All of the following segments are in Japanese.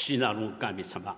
父なる神様、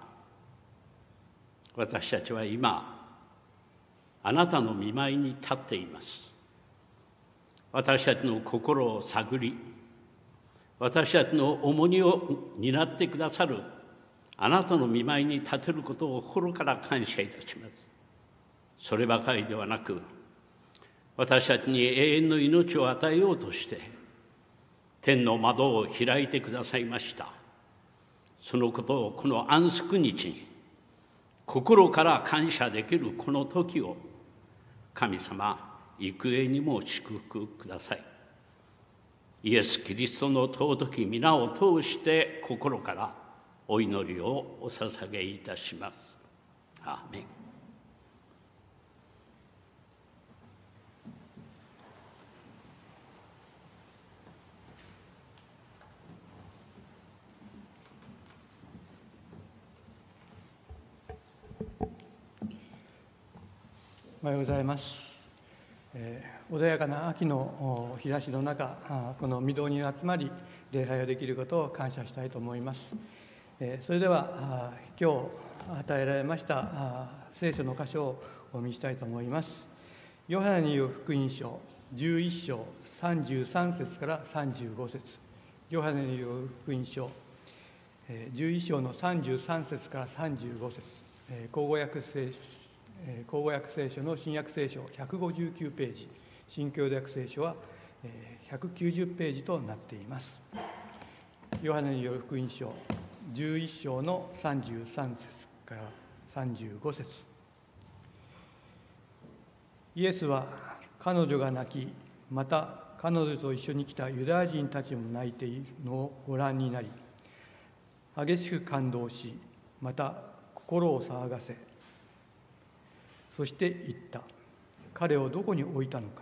私たちは今あなたの御前に立っています。私たちの心を探り、私たちの重荷を担ってくださるあなたの御前に立てることを心から感謝いたします。そればかりではなく、私たちに永遠の命を与えようとして天の窓を開いてくださいました。そのことをこの安息日に心から感謝できるこの時を神様、幾重にも祝福ください。イエス・キリストの尊き皆を通して心からお祈りをお捧げいたします。アーメン。 おはようございます。穏やかな秋の日差しの中、この御堂に集まり礼拝をできることを感謝したいと思います。それでは今日与えられました聖書の箇所をお見せしたいと思います。ヨハネによる福音書11章33節から35節、ヨハネによる福音書11章の33節から35節、口語訳聖書の新約聖書159ページ、新共同訳聖書は190ページとなっています。ヨハネによる福音書11章の33節から35節。イエスは彼女が泣き、また彼女と一緒に来たユダヤ人たちも泣いているのをご覧になり、激しく感動し、また心を騒がせ、そして言った。彼をどこに置いたのか。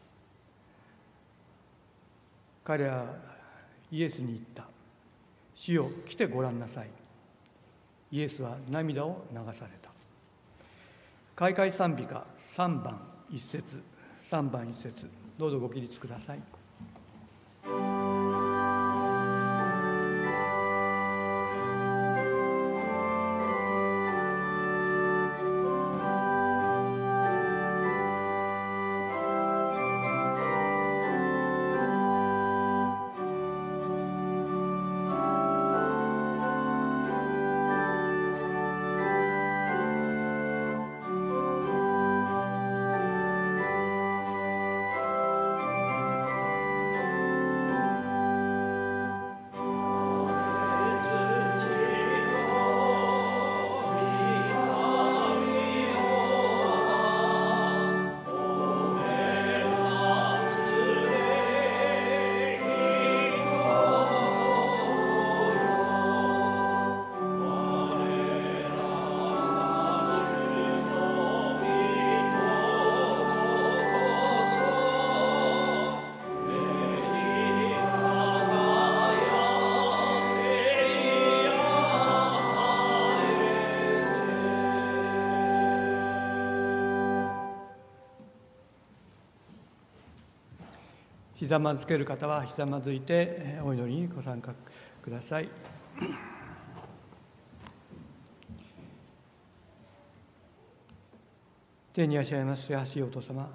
彼はイエスに言った。主よ、来てごらんなさい。イエスは涙を流された。開会賛美歌3番1節、3番1節、どうぞご起立ください。ひざまずける方はひざまずいてお祈りにご参加ください。天にいらっしゃいます優しいお父様、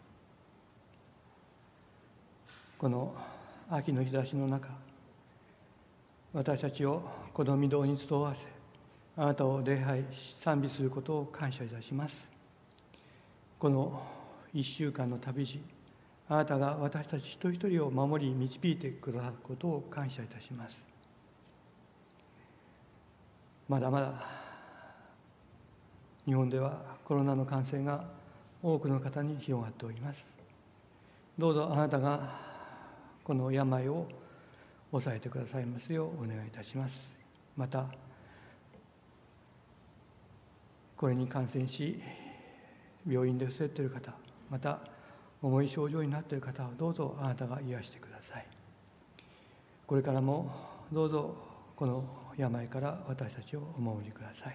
この秋の日差しの中、私たちをこの御堂に集わせ、あなたを礼拝賛美することを感謝いたします。この1週間の旅路、あなたが私たち一人一人を守り導いてくださることを感謝いたします。まだまだ日本ではコロナの感染が多くの方に広がっております。どうぞあなたがこの病を抑えてくださいますようお願いいたします。またこれに感染し病院で伏せっている方、また重い症状になっている方をどうぞあなたが癒してください。これからもどうぞこの病から私たちをお守りください。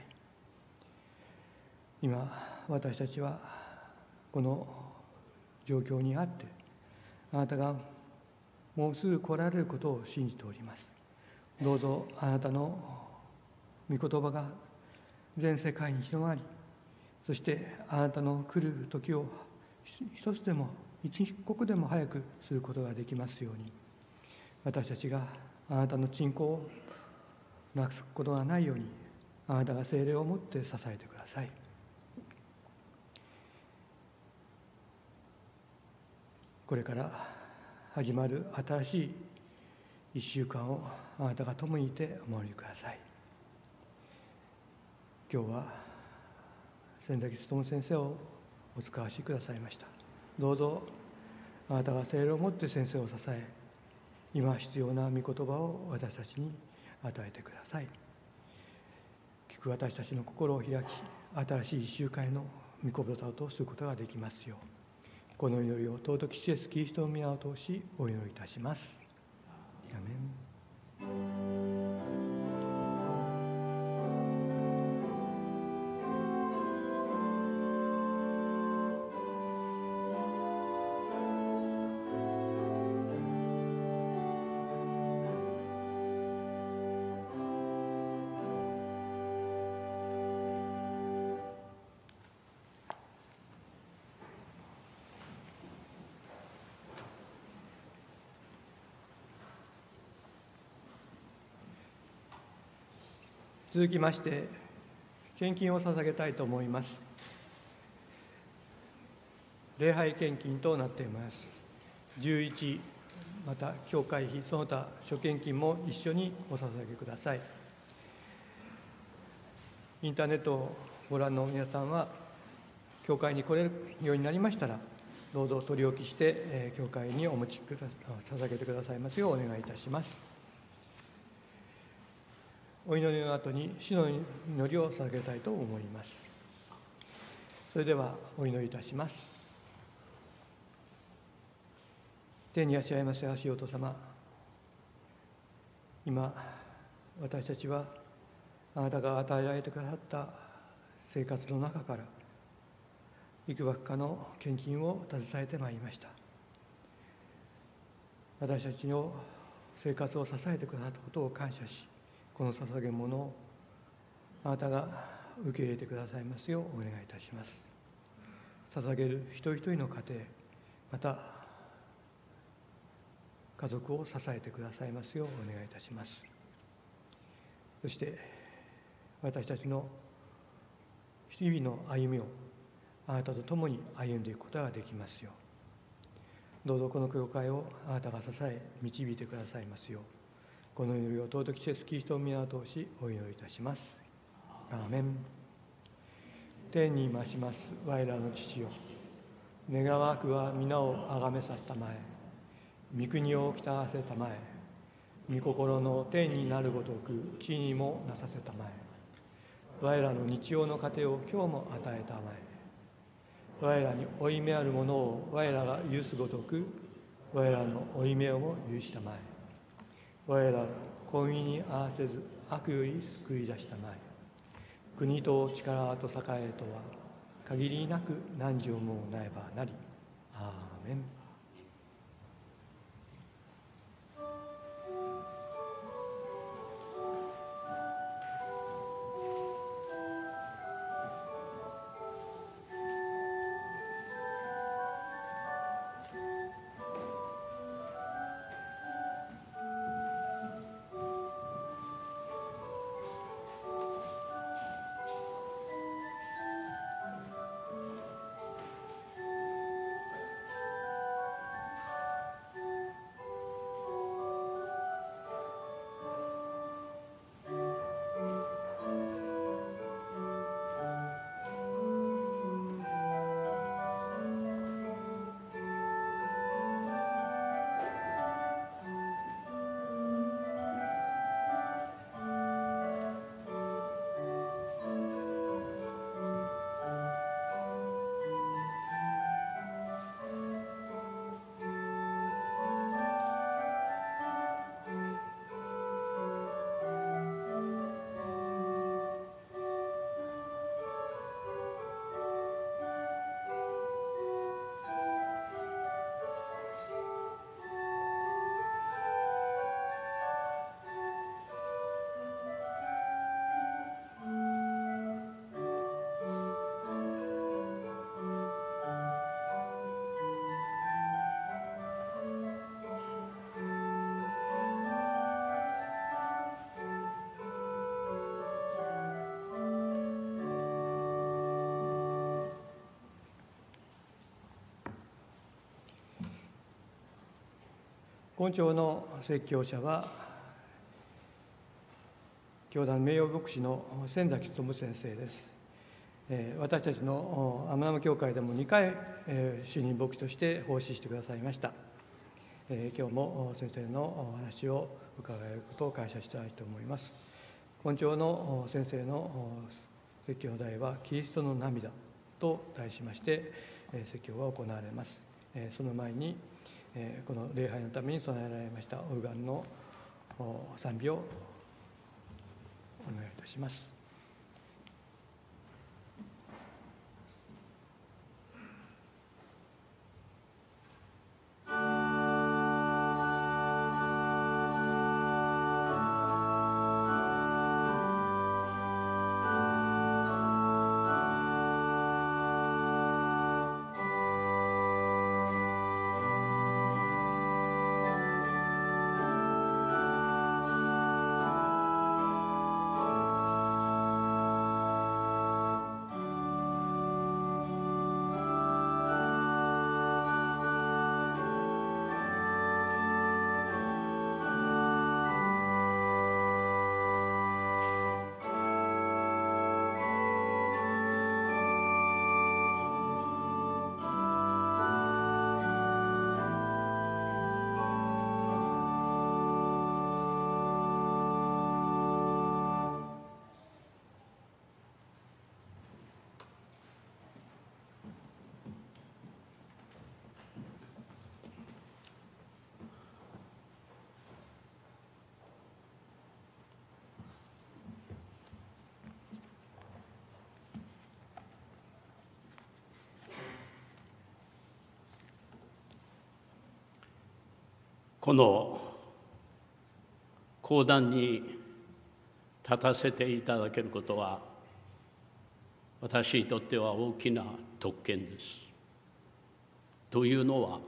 今私たちはこの状況にあってあなたがもうすぐ来られることを信じております。どうぞあなたの御言葉が全世界に広がり、そしてあなたの来る時を一つでも一刻でも早くすることができますように、私たちがあなたの信仰をなくすことがないように、あなたが聖霊をもって支えてください。これから始まる新しい1週間をあなたが共にいてお守りください。今日は千崎勉先生をお使わしくださいました。どうぞあなたが聖霊をもって先生を支え、今必要な御言葉を私たちに与えてください。聞く私たちの心を開き、新しい1週間への御言葉とすることができますよう、この祈りを尊きイエスキリストの御名を通しお祈りいたします。アメン。続きまして献金を捧げたいと思います。礼拝献金となっています。11、また教会費その他諸献金も一緒にお捧げください。インターネットをご覧の皆さんは教会に来れるようになりましたら、どうぞ取り置きして教会にお持ちくだ捧げてくださいますようお願いいたします。お祈りの後に主の祈りを捧げたいと思います。それではお祈りいたします。天にいらっしゃいます足音様、今私たちはあなたが与えられてくださった生活の中からいくばくかの献金を携えてまいりました。私たちの生活を支えてくださったことを感謝し、この捧げ物をあなたが受け入れてくださいますようお願いいたします。捧げる一人一人の家庭、また家族を支えてくださいますようお願いいたします。そして私たちの日々の歩みをあなたと共に歩んでいくことができますよう、どうぞこの教会をあなたが支え導いてくださいますよう、この祈りを尊きイエスキリストの皆を通しお祈りいたします。アーメン。天に増します我らの父よ、願わくは皆をあがめさせたまえ、御国をきたわせたまえ、御心の天になるごとく地にもなさせたまえ、我らの日曜の糧を今日も与えたまえ、我らに負い目あるものを我らが許すごとく我らの負い目をも許したまえ、我らを恋に合わせず悪より救い出したまえ、国と力と栄えとは限りなく何十もなえばなり。アーメン。 今朝の説教者は、教団名誉牧師の千崎勉先生です。私たちのアムナム教会でも2回、主任牧師として奉仕してくださいました。今日も先生のお話を伺えることを感謝したいと思います。今朝の先生の説教の題は、キリストの涙と題しまして、説教が行われます。その前に、この礼拝のために備えられましたオルガンの賛美をお願いいたします。 この講談に立たせていただけることは、私にとっては大きな特権です。というのは、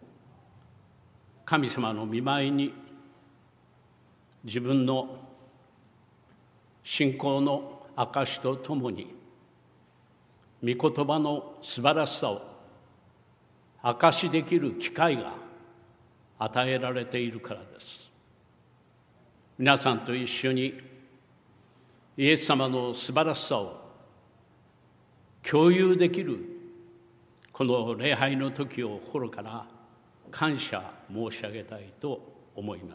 神様の御前に自分の信仰の証とともに、御言葉の素晴らしさを証しできる機会が与えられているからです。皆さんと一緒にイエス様の素晴らしさを共有できるこの礼拝の時を心から感謝申し上げたいと思います。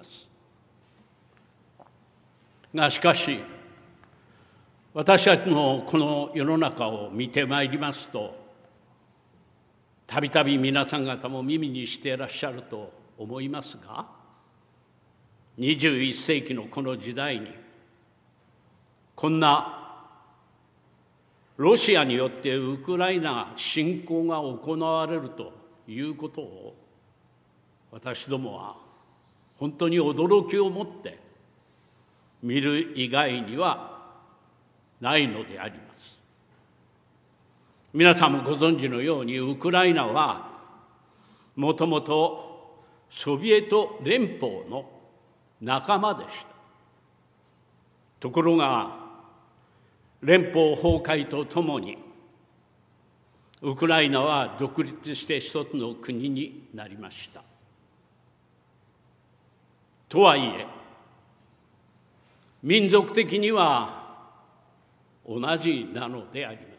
がしかし、私たちのこの世の中を見てまいりますと、たびたび皆さん方も耳にしていらっしゃると思いますが、21世紀のこの時代に、こんなロシアによってウクライナ侵攻が行われるということを、私どもは本当に驚きを持って見る以外にはないのであります。皆さんもご存知のように、ウクライナはもともとソビエト連邦の仲間でした。ところが、連邦崩壊とともにウクライナは独立して一つの国になりました。とはいえ、民族的には同じなのであります。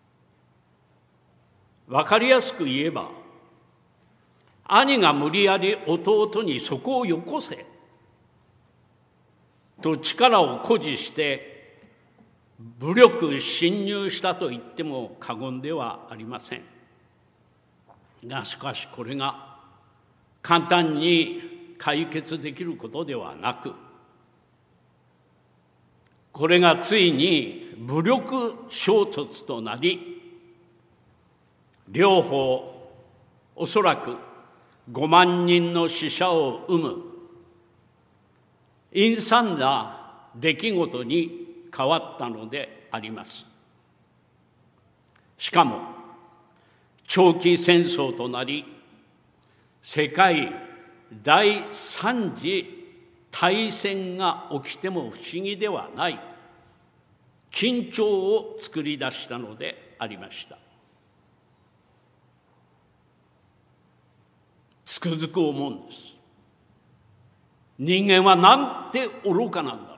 わかりやすく言えば、兄が無理やり弟にそこをよこせと力を誇示して武力侵入したと言っても過言ではありません。がしかし、これが簡単に解決できることではなく、これがついに武力衝突となり、両方おそらく5万人の死者を生む陰惨な出来事に変わったのであります。しかも長期戦争となり、世界第三次大戦が起きても不思議ではない緊張を作り出したのでありました。つくづく思うんです。 人間はなんて愚かなんだろう。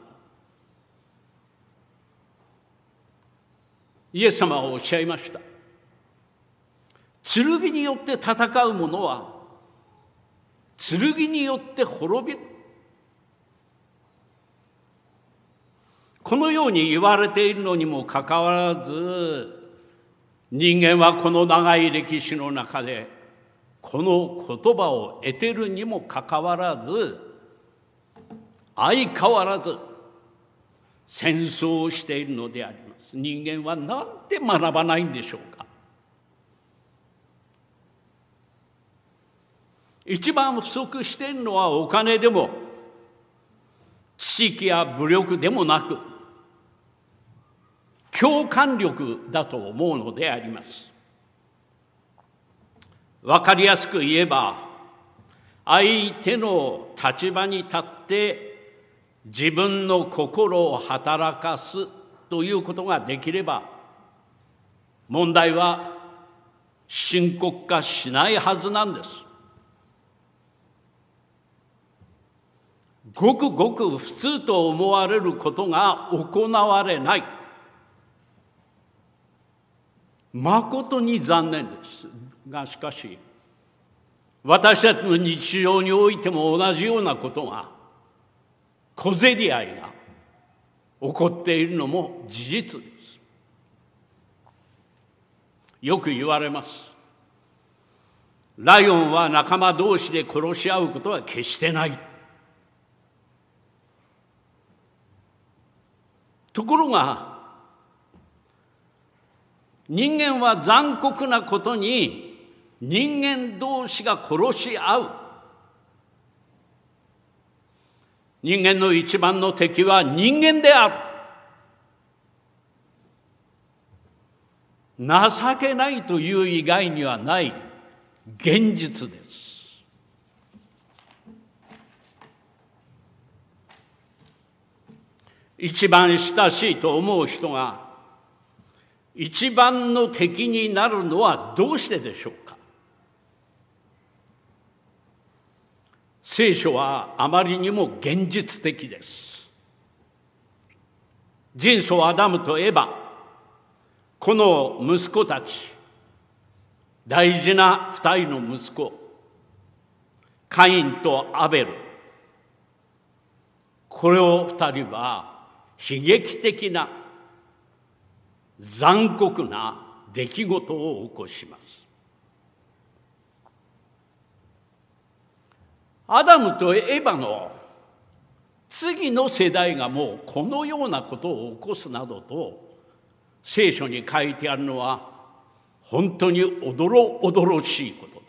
イエス様はおっしゃいました。剣によって戦う者は剣によって滅びる。このように言われているのにもかかわらず、人間はこの長い歴史の中でこの言葉を得てるにもかかわらず、相変わらず戦争をしているのであります。人間はなんで学ばないんでしょうか。一番不足しているのはお金でも知識や武力でもなく、共感力だと思うのであります。分かりやすく言えば、相手の立場に立って自分の心を働かすということができれば、問題は深刻化しないはずなんです。ごくごく普通と思われることが行われない。まことに残念ですが、しかし私たちの日常においても同じようなことが、小競り合いが起こっているのも事実です。よく言われます。ライオンは仲間同士で殺し合うことは決してない。ところが、人間は残酷なことに人間同士が殺し合う。人間の一番の敵は人間である。情けないという以外にはない現実です。一番親しいと思う人が一番の敵になるのはどうしてでしょうか。聖書はあまりにも現実的です。人祖アダムとエバ、この息子たち、大事な二人の息子、カインとアベル、これを二人は悲劇的な残酷な出来事を起こします。アダムとエバの次の世代がもうこのようなことを起こすなどと聖書に書いてあるのは本当におどろしいことです。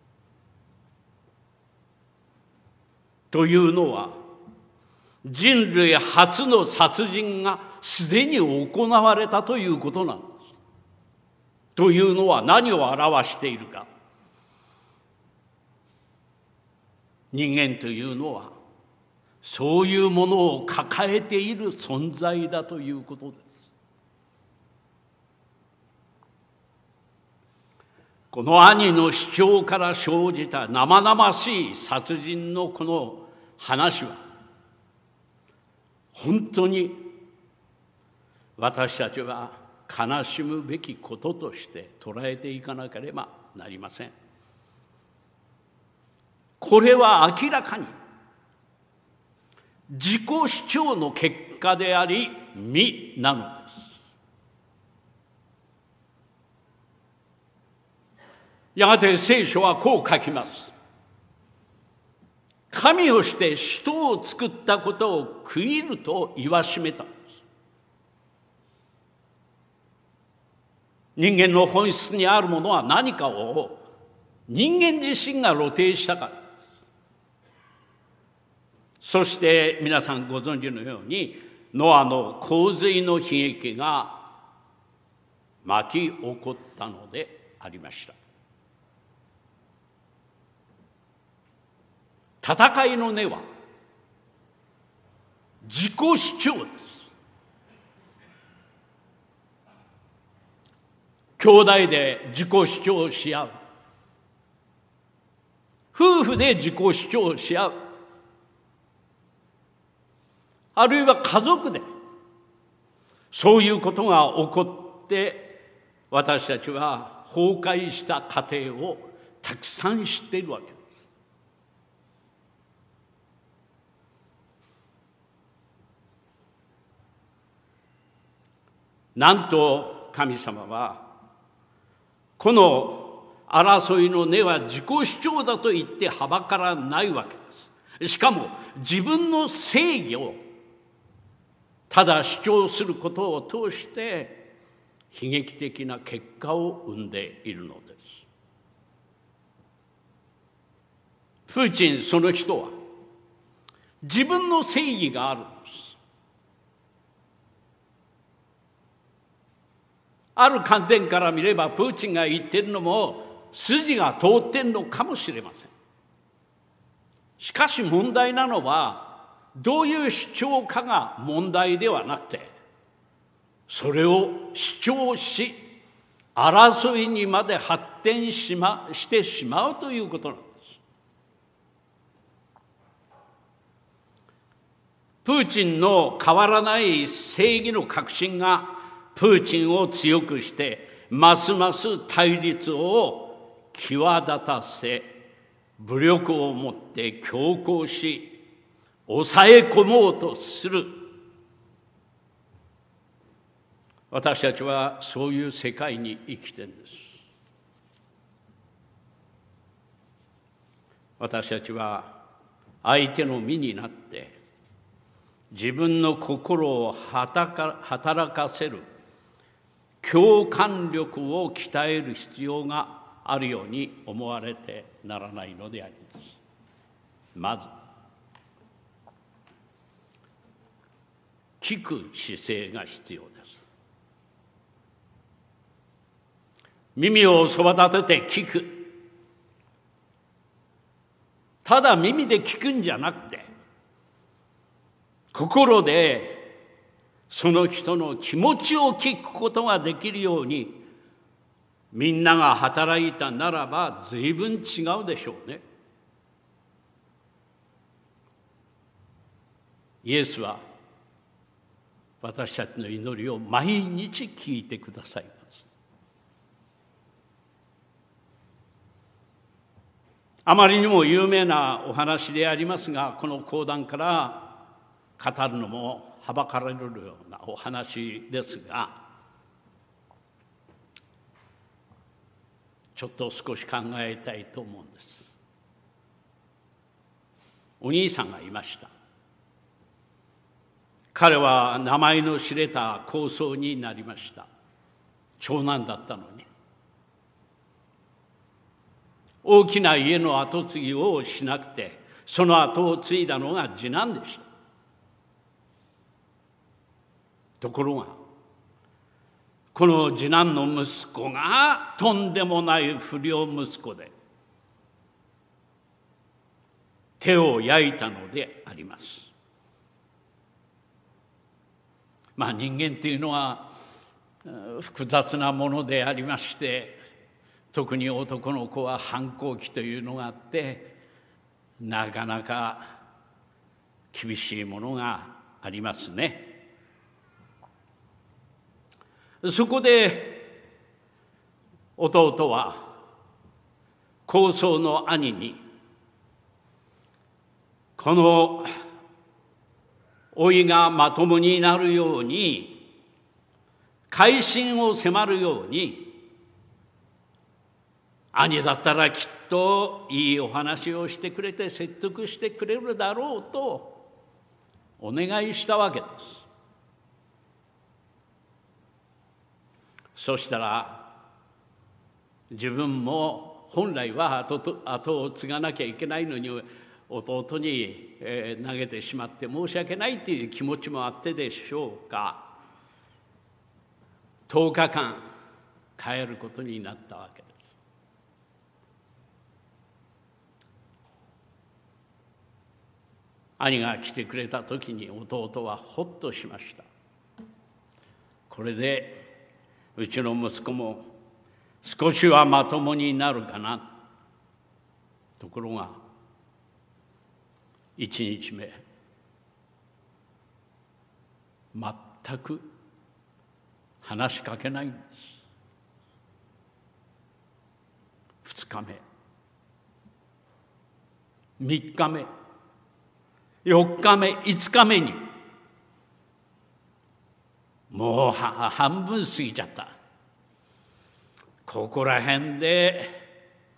というのは、人類初の殺人がすでに行われたということなんです。というのは何を表しているか。人間というのはそういうものを抱えている存在だということです。この兄の主張から生じた生々しい殺人のこの話は、本当に私たちは悲しむべきこととして捉えていかなければなりません。これは明らかに自己主張の結果であり身なのです。やがて聖書はこう書きます。神をして人を作ったことを悔いると言わしめたんです。人間の本質にあるものは何かを人間自身が露呈したからです。そして皆さんご存知のように、ノアの洪水の悲劇が巻き起こったのでありました。戦いの根は自己主張です。兄弟で自己主張し合う。夫婦で自己主張し合う。 あるいは家族でそういうことが起こって、私たちは崩壊した家庭をたくさん知っているわけです。なんと神様はこの争いの根は自己主張だと言ってはばからないわけです。しかも自分の正義をただ主張することを通して悲劇的な結果を生んでいるのです。プーチンその人は自分の正義があるんです。ある観点から見ればプーチンが言っているのも筋が通っているのかもしれません。しかし問題なのはどういう主張かが問題ではなくて、それを主張し争いにまで発展してしまうということなんです。プーチンの変わらない正義の確信がプーチンを強くしてますます対立を際立たせ、武力をもって強行し抑え込もうとする。私たちはそういう世界に生きているんです。私たちは相手の身になって自分の心を働かせる共感力を鍛える必要があるように思われてならないのであります。まず聞く姿勢が必要です。耳をそば立てて聞く。ただ耳で聞くんじゃなくて、心でその人の気持ちを聞くことができるようにみんなが働いたならば随分違うでしょうね。イエスは私たちの祈りを毎日聞いてくださいます。あまりにも有名なお話でありますが、この講談から語るのもはばかられるようなお話ですが、ちょっと少し考えたいと思うんです。お兄さんがいました。彼は名前の知れた高僧になりました。長男だったのに。大きな家の跡継ぎをしなくて、その後を継いだのが次男でした。ところがこの次男の息子がとんでもない不良息子で手を焼いたのであります。人間というのは複雑なものでありまして、特に男の子は反抗期というのがあってなかなか厳しいものがありますね。そこで弟は高僧の兄にこの老いがまともになるように改心を迫るように、兄だったらきっといいお話をしてくれて説得してくれるだろうとお願いしたわけです。そしたら自分も本来は後を継がなきゃいけないのに弟に投げてしまって申し訳ないという気持ちもあってでしょうか、10日間帰ることになったわけです。兄が来てくれた時に弟はほっとしました。これでうちの息子も少しはまともになるかな。ところが1日目全く話しかけないんです。2日目、3日目、4日目、5日目にもう半分過ぎちゃった。ここら辺で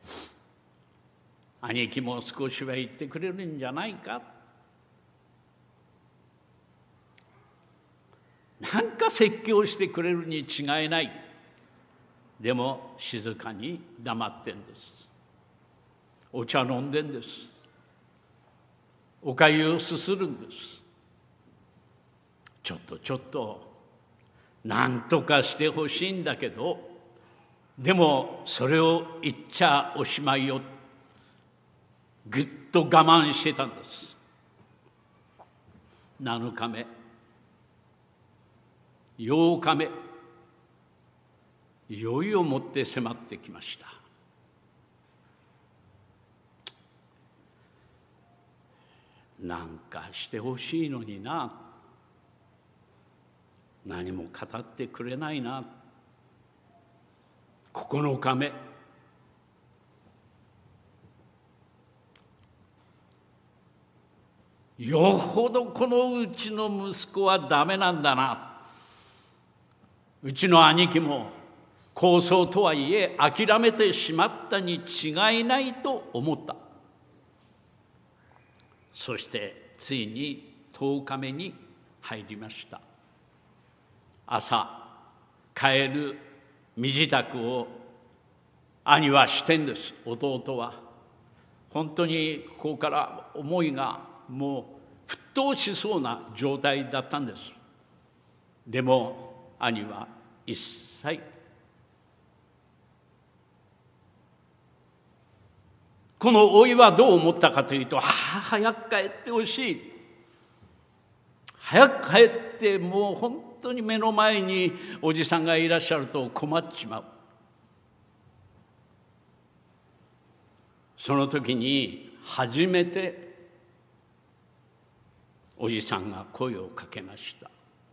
兄貴も少しは言ってくれるんじゃないか。なんか説教してくれるに違いない。でも静かに黙ってんです。お茶飲んでんです。おかゆをすするんです。ちょっとなんとかしてほしいんだけど、でもそれを言っちゃおしまいよ。ぐっと我慢してたんです。7日目、8日目、いよいよもって迫ってきました。なんかしてほしいのにな、何も語ってくれないな。9日目、よほどこのうちの息子はダメなんだな。うちの兄貴も構想とはいえ諦めてしまったに違いないと思った。そしてついに10日目に入りました。朝帰る身支度を兄はしてんです。弟は本当にここから思いがもう沸騰しそうな状態だったんです。でも兄は一切この甥はどう思ったかというと、早く帰ってほしい、早く帰ってもう本当に目の前におじさんがいらっしゃると困っちまう。その時に初めておじさんが声をかけました。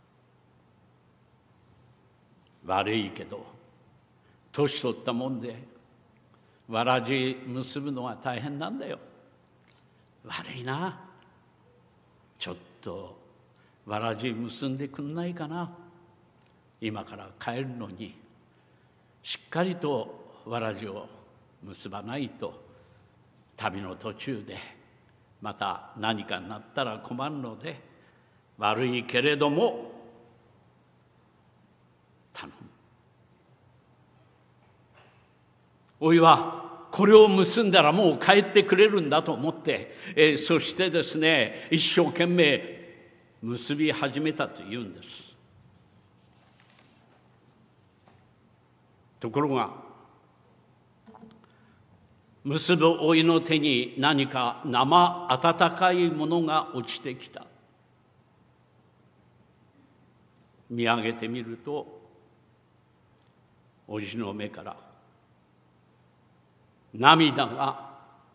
悪いけど年取ったもんでわらじ結ぶのは大変なんだよ。悪いな、ちょっとわらじ結んでくんないかな。今から帰るのにしっかりとわらじを結ばないと旅の途中でまた何かになったら困るので、悪いけれども頼む。おいはこれを結んだらもう帰ってくれるんだと思って、そしてですね、一生懸命結び始めたというんです。ところが結ぶ甥の手に何か生温かいものが落ちてきた。見上げてみると、叔父の目から涙が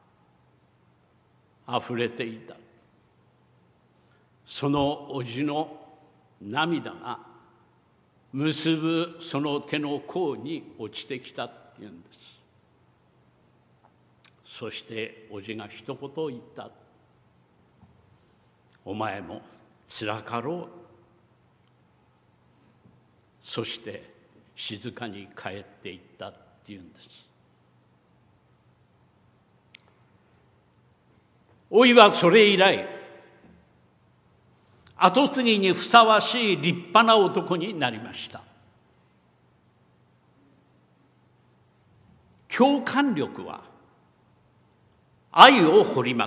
あふれていた。その叔父の涙が結ぶその手の甲に落ちてきたっていうんです。そして叔父が一言言った。お前もつらかろう。そして静かに帰っていったっていうんです。おいはそれ以来、跡継ぎにふさわしい立派な男になりました。共感力は愛を掘ります。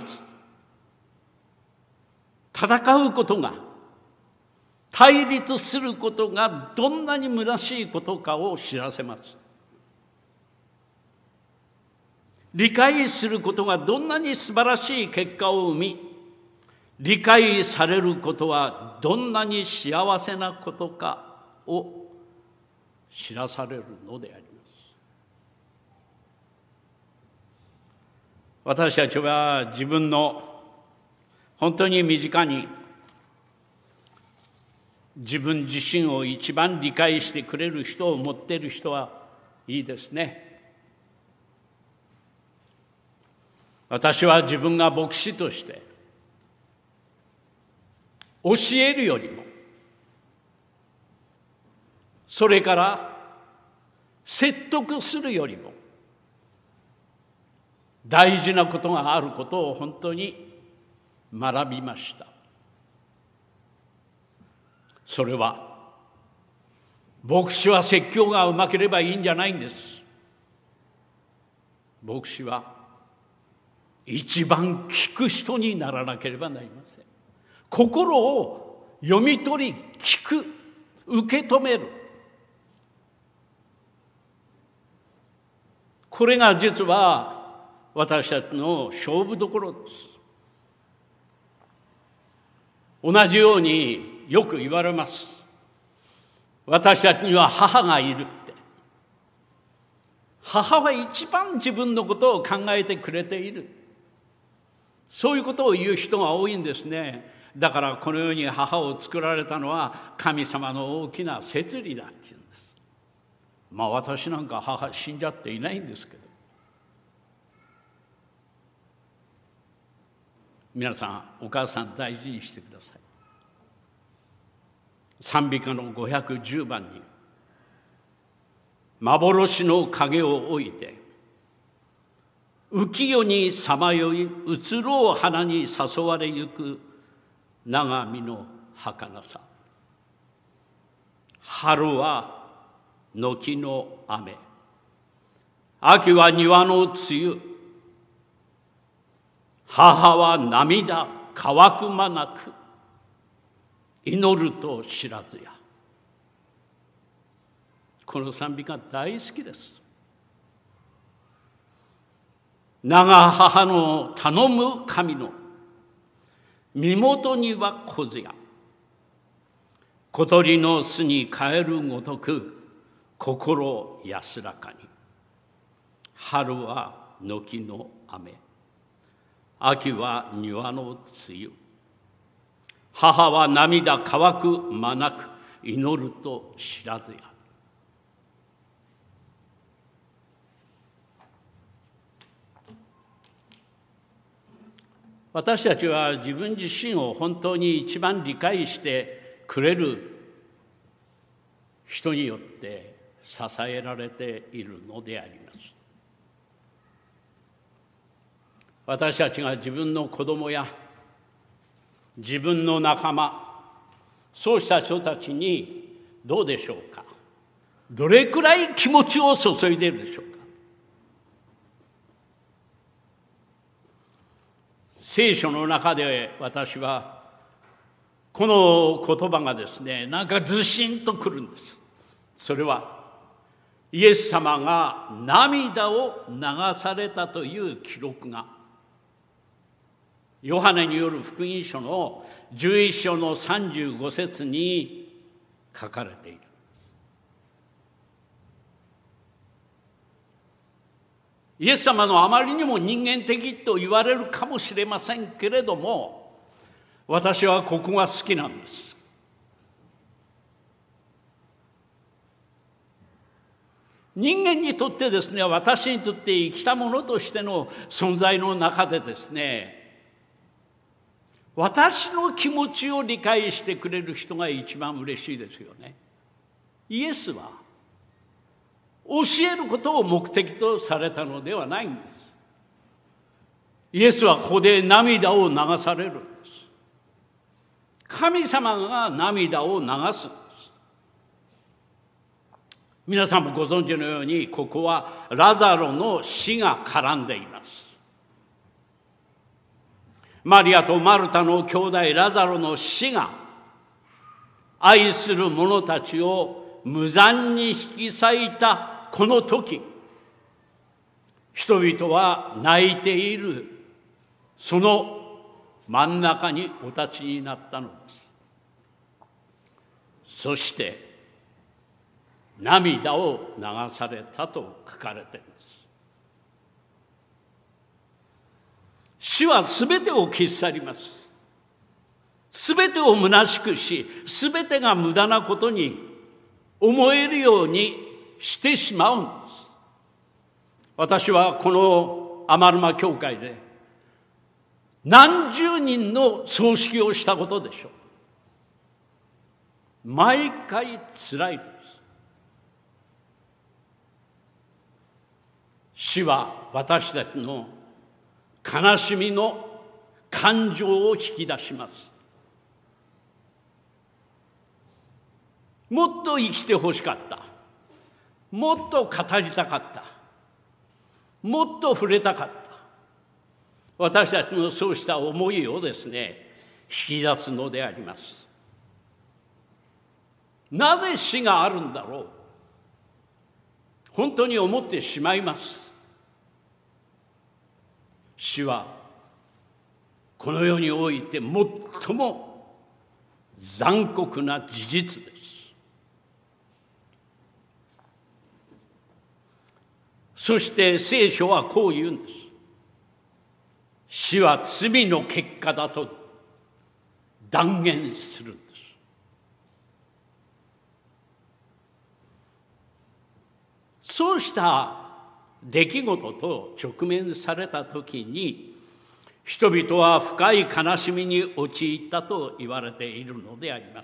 戦うことが、対立することがどんなに虚しいことかを知らせます。理解することがどんなに素晴らしい結果を生み、理解されることはどんなに幸せなことかを知らされるのであります。私たちは自分の本当に身近に自分自身を一番理解してくれる人を持っている人はいいですね。私は自分が牧師として教えるよりも、それから説得するよりも大事なことがあることを本当に学びました。それは牧師は説教がうまければいいんじゃないんです。牧師は一番聞く人にならなければなりません。心を読み取り、聞く、受け止める。これが実は私たちの勝負どころです。同じようによく言われます。私たちには母がいるって。母は一番自分のことを考えてくれている。そういうことを言う人が多いんですね。だからこの世に母を作られたのは神様の大きな摂理だっていうんです。まあ私なんか母死んじゃっていないんですけど。皆さん、お母さん大事にしてください。賛美歌の510番に、幻の影を置いて、浮世にさまよい、移ろう花に誘われゆく長見の儚さ。春は軒の雨、秋は庭の梅雨、母は涙乾く間なく、祈ると知らずや。この賛美歌大好きです。長母の頼む神の身元には小津や、小鳥の巣に帰るごとく心安らかに。春は軒の雨、秋は庭の梅雨、母は涙乾く間なく、祈ると知らずや。私たちは自分自身を本当に一番理解してくれる人によって支えられているのであります。私たちが自分の子供や自分の仲間、そうした人たちにどうでしょうか、どれくらい気持ちを注いでいるでしょうか。聖書の中で私はこの言葉がですね、なんかずしんとくるんです。それはイエス様が涙を流されたという記録がヨハネによる福音書の11章の35節に書かれている。イエス様のあまりにも人間的と言われるかもしれませんけれども、私はここが好きなんです。人間にとってですね、私にとって生きたものとしての存在の中でですね、私の気持ちを理解してくれる人が一番嬉しいですよね。イエスは教えることを目的とされたのではないんです。イエスはここで涙を流されるんです。神様が涙を流すんです。皆さんもご存知のように、ここはラザロの死が絡んでいます。マリアとマルタの兄弟ラザロの死が愛する者たちを無残に引き裂いたこの時、人々は泣いているその真ん中にお立ちになったのです。そして涙を流されたと書かれています。死はすべてを消し去ります。 すべてを虚しくし、すべてが無駄なことに思えるようにしてしまうんです。私はこのアマルマ教会で何十人の葬式をしたことでしょう。毎回つらいです。死は私たちの悲しみの感情を引き出します。もっと生きてほしかった。もっと語りたかった。もっと触れたかった。私たちのそうした思いをですね、引き出すのであります。なぜ死があるんだろう。本当に思ってしまいます。死はこの世において最も残酷な事実です。そして聖書はこう言うんです。死は罪の結果だと断言するんです。そうした出来事と直面されたときに、人々は深い悲しみに陥ったと言われているのであります。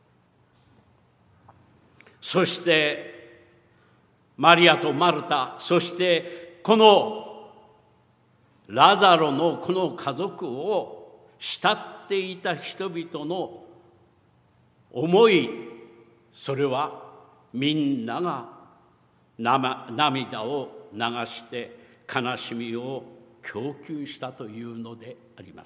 そしてマリアとマルタ、そしてこのラザロのこの家族を慕っていた人々の思い、それはみんなが涙を流して悲しみを供給したというのであります。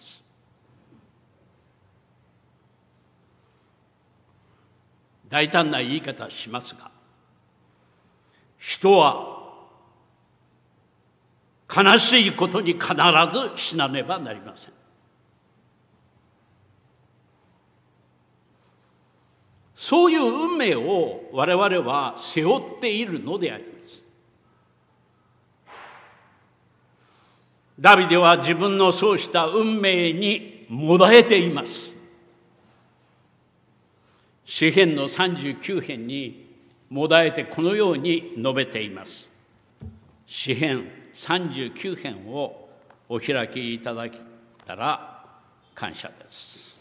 大胆な言い方しますが、人は悲しいことに必ず死なねばなりません。そういう運命を我々は背負っているのであります。ダビデは自分のそうした運命にもだえています。詩編の39編にもだえてこのように述べています。詩編39編をお開きいただけたら感謝です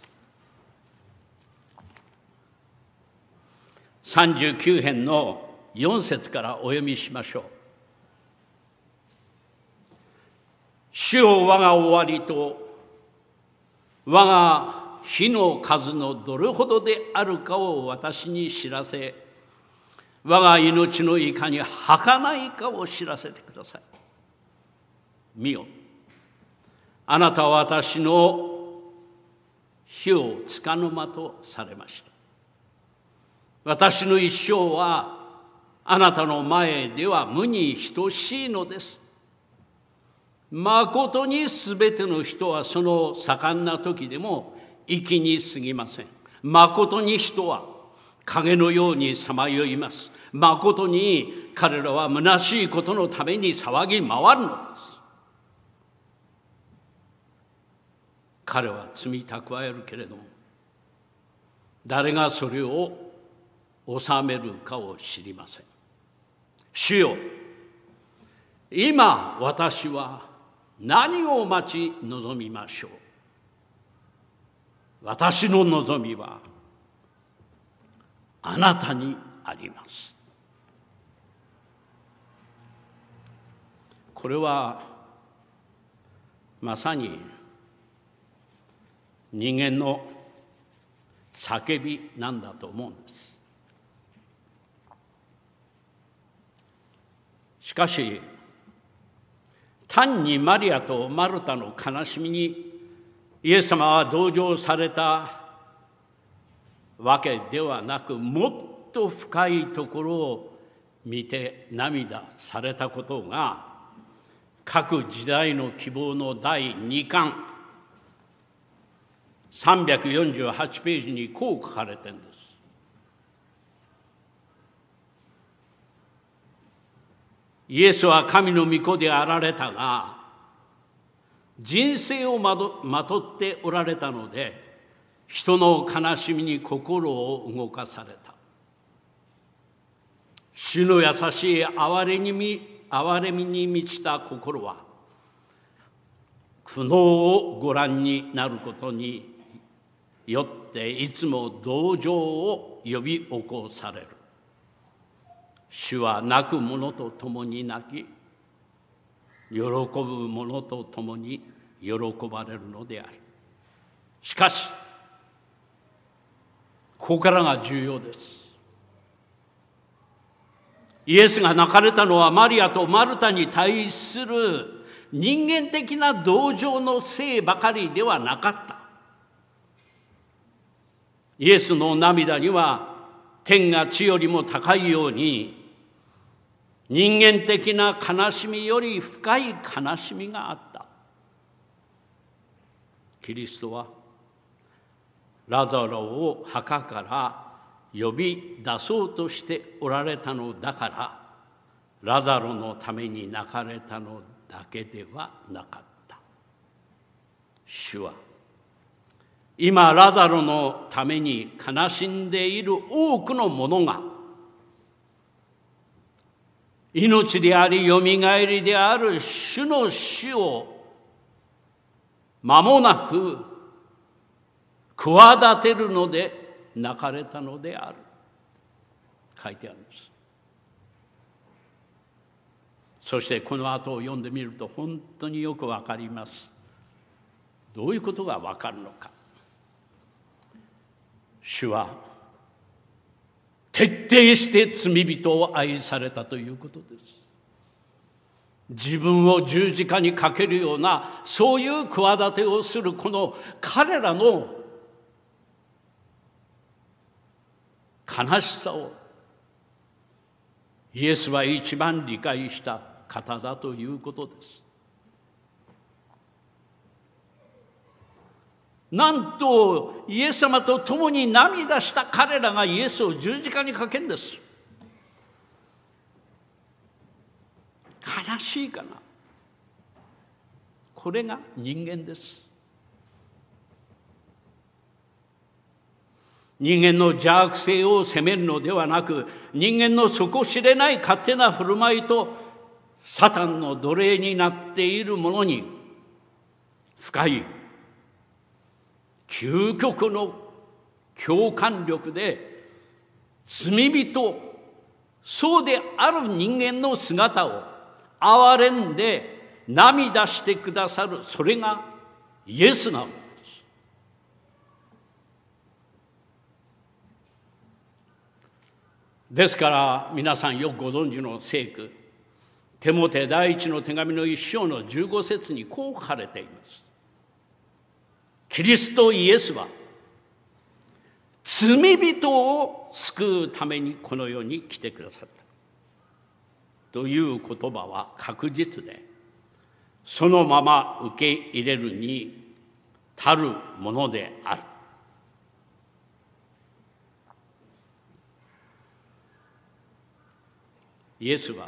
。39編の4節からお読みしましょう。主よ、我が終わりと我が日の数のどれほどであるかを私に知らせ、我が命のいかに儚いかを知らせてください。見よ、あなたは私の日をつかの間とされました。私の一生はあなたの前では無に等しいのです。まことにすべての人はその盛んな時でも息に過ぎません。まことに人は影のようにさまよいます。まことに彼らは虚しいことのために騒ぎ回るのです。彼は罪蓄えるけれども、誰がそれを収めるかを知りません。主よ、今私は何を待ち望みましょう。私の望みはあなたにあります。これはまさに人間の叫びなんだと思うんです。しかし単にマリアとマルタの悲しみにイエス様は同情されたわけではなく、もっと深いところを見て涙されたことが各時代の希望の第2巻348ページにこう書かれているんです。イエスは神の御子であられたが、人生をまとっておられたので、 人の悲しみに心を動かされた。主の優しい憐れみに満ちた心は、苦悩をご覧になることによっていつも同情を呼び起こされる。主は泣く者と共に泣き、喜ぶ者と共に喜ばれるのである。しかし、ここからが重要です。イエスが泣かれたのはマリアとマルタに対する人間的な同情のせいばかりではなかった。イエスの涙には天が地よりも高いように、人間的な悲しみより深い悲しみがあった。キリストはラザロを墓から呼び出そうとしておられたのだから、ラザロのために泣かれたのだけではなかった。主は今ラザロのために悲しんでいる多くの者が、命でありよみがえりである主の死を間もなく企てるので泣かれたのである、書いてあるんです。そしてこの後を読んでみると本当によくわかります。どういうことがわかるのか。主は徹底して罪人を愛されたということです。自分を十字架にかけるような、そういう企てをするこの彼らの悲しさをイエスは一番理解した方だということです。なんとイエス様と共に涙した彼らがイエスを十字架にかけるんです。悲しいかな。これが人間です。人間の邪悪性を責めるのではなく、人間の底知れない勝手な振る舞いとサタンの奴隷になっているものに深い究極の共感力で、罪人、そうである人間の姿を憐れんで涙してくださる、それがイエスなのです。ですから皆さんよくご存知の聖句、テモテ第一の手紙の1章の15節にこう書かれています。キリストイエスは罪人を救うためにこの世に来てくださったという言葉は確実で、そのまま受け入れるに足るものである。イエスは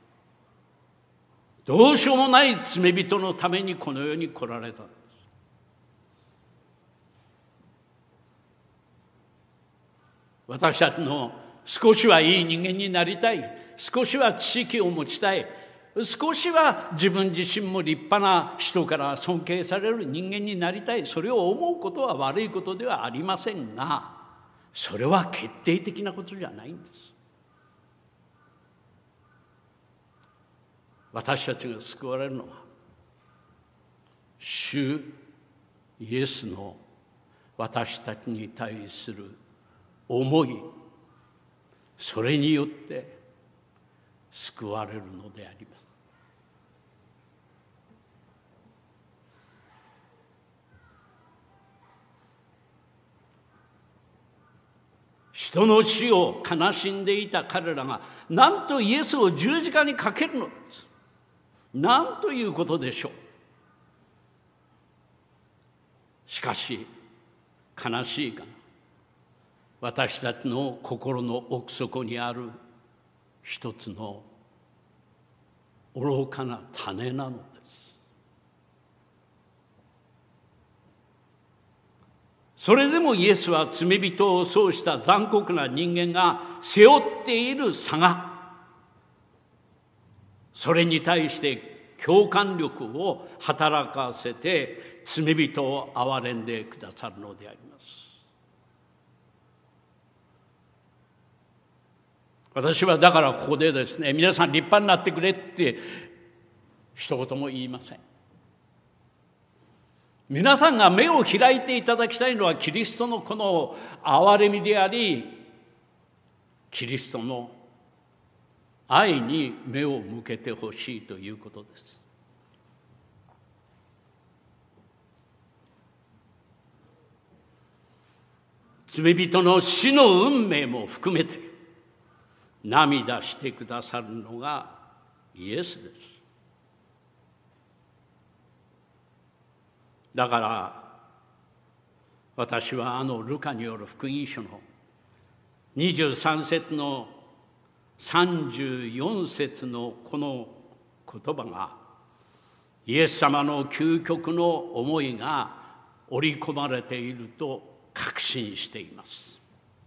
どうしようもない罪人のためにこの世に来られたんです。私たちの少しはいい人間になりたい、少しは知識を持ちたい、少しは自分自身も立派な人から尊敬される人間になりたい、それを思うことは悪いことではありませんが、それは決定的なことじゃないんです。私たちが救われるのは主イエスの私たちに対する思い、それによって救われるのであります。人の死を悲しんでいた彼らがなんとイエスを十字架にかけるのです。なんということでしょう。しかし悲しいかな、私たちの心の奥底にある一つの愚かな種なのです。 それでもイエスは罪人をそうした残酷な人間が背負っている差が、それに対して共感力を働かせて罪人を憐れんでくださるのであります。私はだからここでですね、皆さん立派になってくれって一言も言いません。皆さんが目を開いていただきたいのはキリストのこの憐れみであり、キリストの愛に目を向けてほしいということです。罪人の死の運命も含めて涙してくださるのがイエスです。だから私はルカによる福音書の23節の34節のこの言葉がイエス様の究極の思いが織り込まれていると確信しています。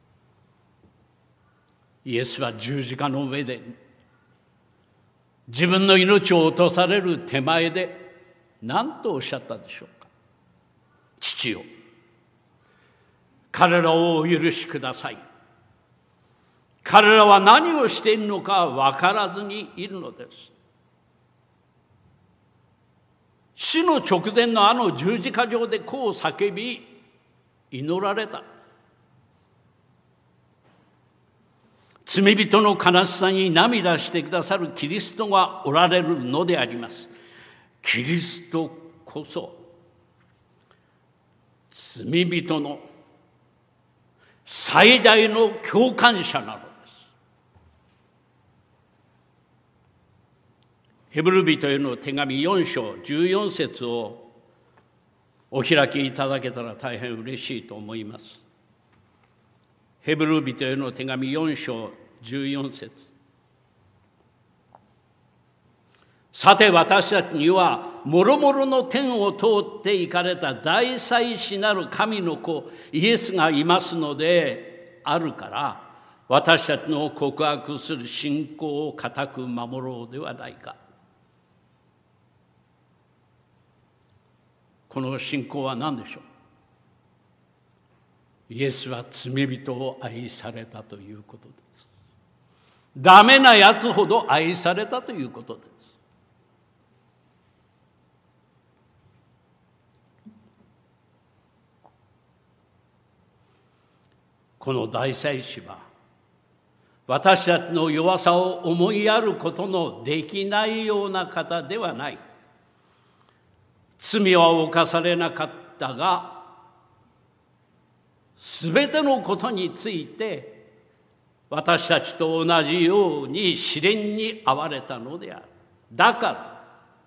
イエスは十字架の上で自分の命を落とされる手前で何とおっしゃったでしょうか。父よ、彼らをお許しください。彼らは何をしているのか分からずにいるのです。死の直前の十字架上でこう叫び祈られた。罪人の悲しさに涙してくださるキリストがおられるのであります。キリストこそ罪人の最大の共感者なのです。ヘブル人への手紙4章14節をお開きいただけたら大変嬉しいと思います。ヘブル人への手紙4章14節。さて私たちにはもろもろの天を通って行かれた大祭司なる神の子イエスがいますのであるから、私たちの告白する信仰を固く守ろうではないか。この信仰は何でしょう。イエスは罪人を愛されたということです。ダメなやつほど愛されたということです。この大祭司は私たちの弱さを思いやることのできないような方ではない。罪は犯されなかったが、すべてのことについて私たちと同じように試練に遭われたのである。だから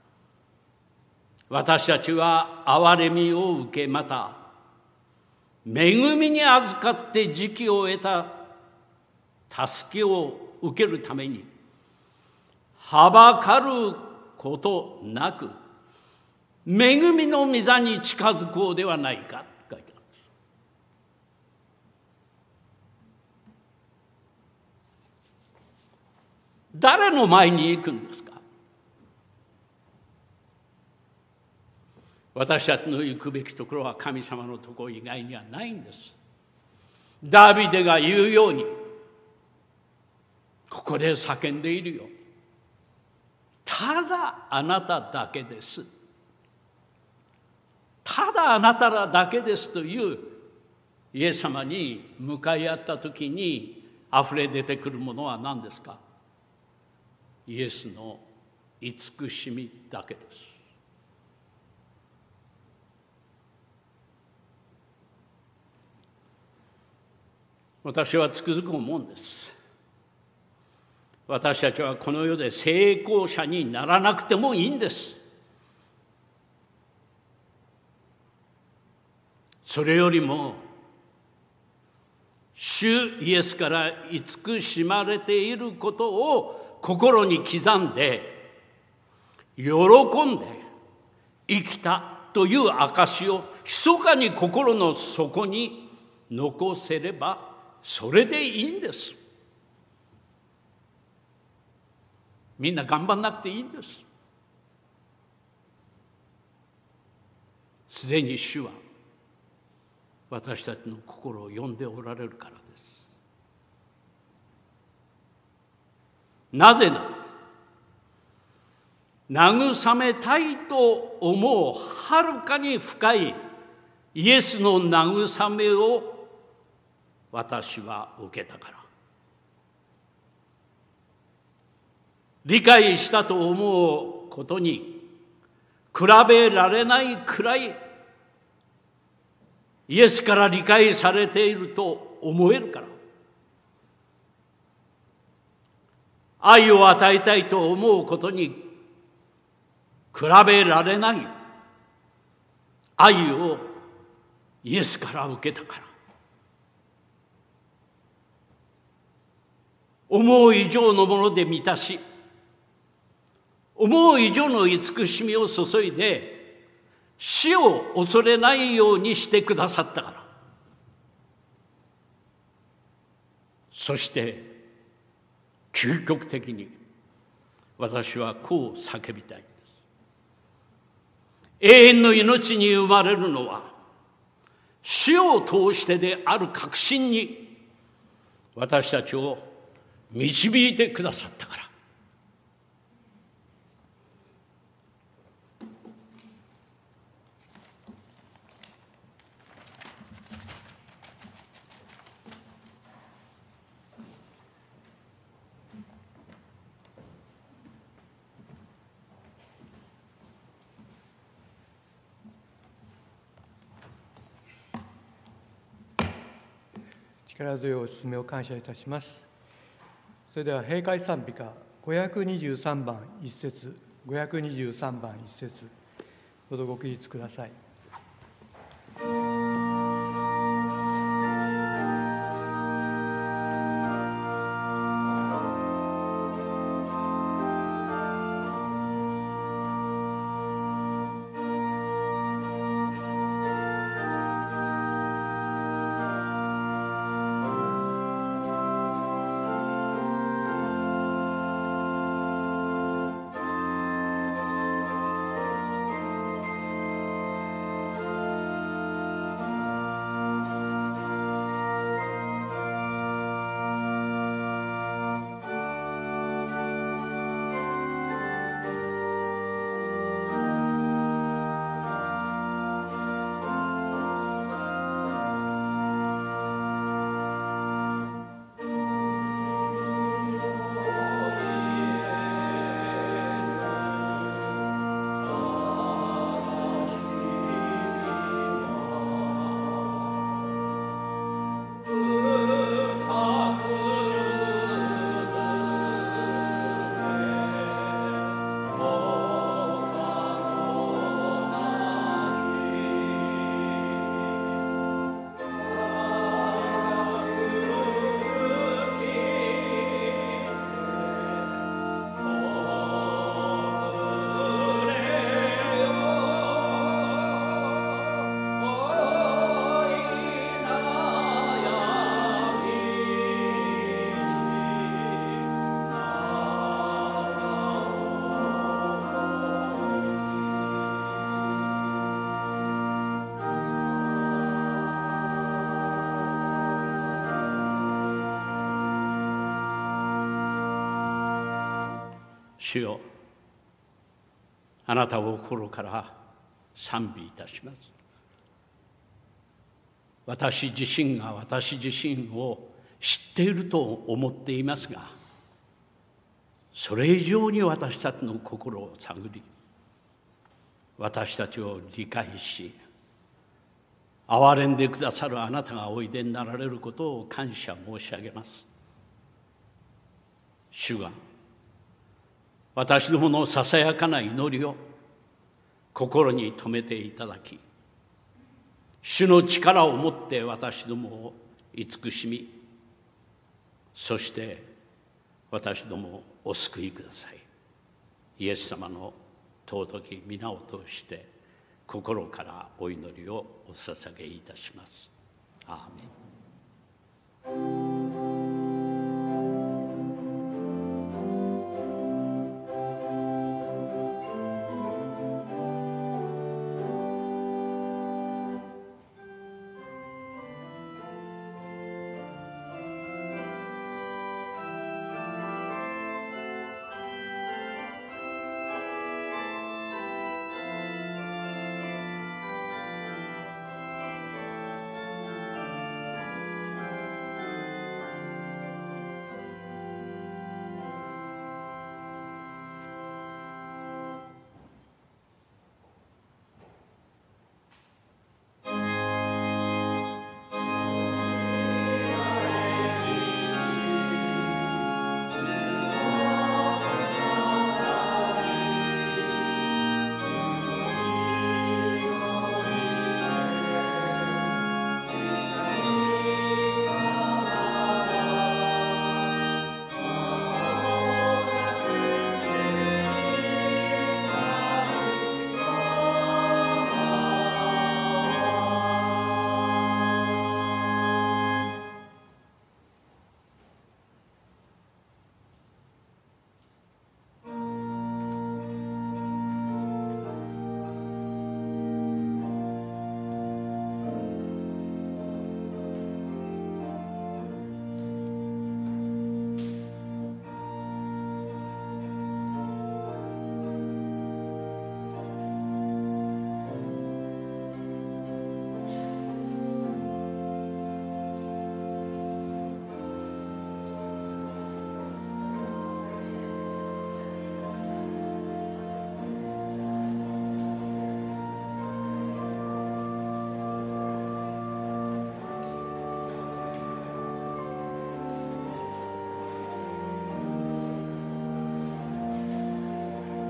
私たちは憐れみを受け、また恵みに預かって時期を得た助けを受けるためにはばかることなく恵みの御座に近づこうではないかと書いてあるんです。誰の前に行くんですか。私たちの行くべきところは神様のところ以外にはないんです。ダビデが言うように、ここで叫んでいるよ。ただあなただけです。ただあなたらだけですというイエス様に向かい合ったときにあふれ出てくるものは何ですか。イエスの慈しみだけです。私はつくづく思うんです。私たちはこの世で成功者にならなくてもいいんです。それよりも主イエスから慈しまれていることを心に刻んで喜んで生きたという証を密かに心の底に残せればそれでいいんです。みんな頑張んなくていいんです。すでに主は私たちの心を読んでおられるからです。なぜなら慰めたいと思うはるかに深いイエスの慰めを私は受けたから。理解したと思うことに比べられないくらいイエスから理解されていると思えるから。愛を与えたいと思うことに比べられない愛をイエスから受けたから。思う以上のもので満たし、思う以上の慈しみを注いで死を恐れないようにしてくださったから。そして究極的に私はこう叫びたいんです。永遠の命に生まれるのは死を通してである確信に私たちを導いてくださったから。 力強いお勧めを感謝いたします。それでは閉会賛美歌523番一節、523番一節、どうぞご起立ください。 主よ、あなたを心から賛美いたします。私自身が私自身を知っていると思っていますが、それ以上に私たちの心を探り、私たちを理解し、憐れんでくださるあなたがおいでになられることを感謝申し上げます。主が私どものささやかな祈りを心に留めていただき、主の力をもって私どもを慈しみ、そして私どもをお救いください。イエス様の尊き皆を通して心からお祈りをお捧げいたします。アーメン。